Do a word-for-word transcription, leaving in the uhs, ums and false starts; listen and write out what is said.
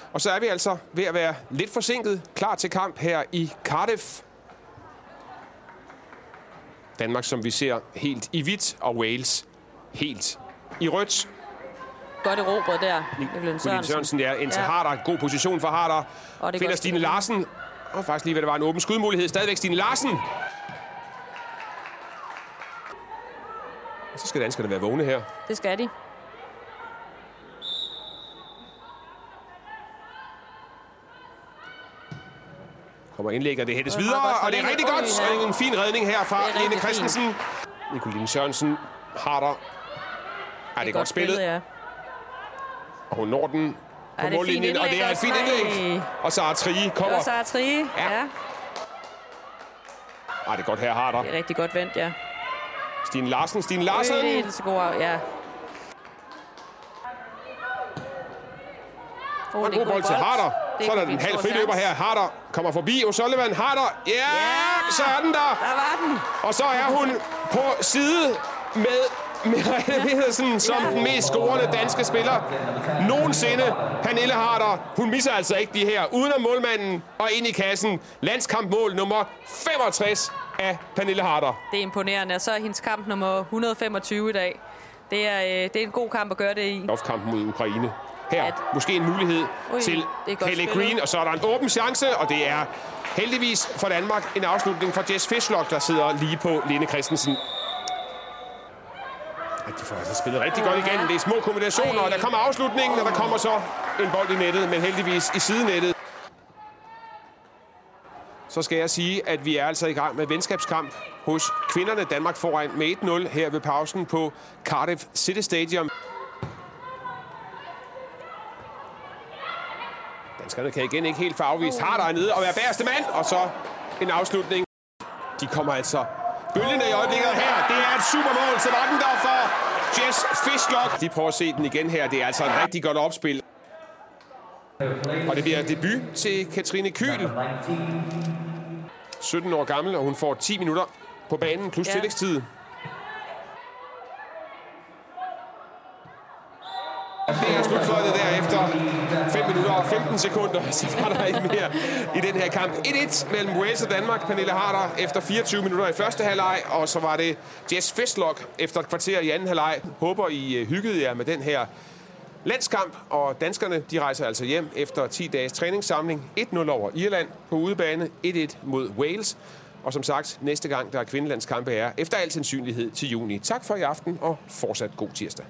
Og så er vi altså ved at være lidt forsinket, klar til kamp her i Cardiff. Danmark, som vi ser, helt i hvidt, og Wales helt i rødt. Godt erobret der. Nicolin Sørensen, ja. Indtil ja. Harder. God position for Harder. Finder Stine Larsen. Og faktisk lige, hvad det var en åben skudmulighed. Stadigvæk Stine Larsen. Og så skal danskerne være vågne her. Det skal de. Kommer indlæg, og det hættes videre, og det er rigtig godt. Og en fin redning her fra Lene Christensen. Nicolin Sørensen. Harder. Ja, det er godt spillet. Ja. Og hun når den på ja, mållinjen, og det er et fint indlæg. Og så Trie kommer. Og så Trie, ja. ja. Ej, det er godt her, Harder. Det er rigtig godt vendt, ja. Stine Larsen, Stine Larsen. Øh, det er så god, ja. Oh, og en god bold til Harder. Så er der den halv friløber her. Harder kommer forbi. O'Sullivan, Harder. Ja, yeah, så er den der. Der var den. Og så er hun på side med Merete Pedersen som ja. den mest scorende danske spiller nogensinde. Pernille Harder. Hun misser altså ikke de her. Uden om målmanden og ind i kassen. Landskampmål nummer femogtres af Pernille Harder. Det er imponerende. Og så er hendes kamp nummer et hundrede og femogtyve i dag. Det er, det er en god kamp at gøre det i. Kampen mod Ukraine. Her at... måske en mulighed Ui, til Kelly Green, og så er der en åben chance, og det er heldigvis for Danmark en afslutning fra Jess Fishlock, der sidder lige på Lene Christensen. De får altså spillet rigtig godt igen. Det er små kombinationer, og der kommer afslutningen, og der kommer så en bold i nettet, men heldigvis i sidenettet. Så skal jeg sige, at vi er altså i gang med venskabskamp hos kvinderne. Danmark foran med et nul her ved pausen på Cardiff City Stadium. Danskerne kan igen ikke helt få afvist. Harder er nede og være bagerste mand, og så en afslutning. De kommer altså bølgende i øjeblikket her. Det er et supermål til Rottendorf for Jess Fishlock. De prøver at se den igen her. Det er altså en rigtig godt opspil. Og det bliver debut til Katrine Kyhl. sytten år gammel, og hun får ti minutter på banen plus ja. tillægstid. Det er slutfløjtet der efter fem minutter og femten sekunder, så var der ikke mere i den her kamp. et et mellem Wales og Danmark. Pernille Harder efter fireogtyve minutter i første halvleg, og så var det Jess Fishlock efter et kvarter i anden halvleg. Håber I hyggede jer med den her landskamp, og danskerne de rejser altså hjem efter ti dages træningssamling. et nul over Irland på udebane, et et mod Wales. Og som sagt, næste gang der er kvindelandskampe er efter al sandsynlighed til juni. Tak for i aften, og fortsat god tirsdag.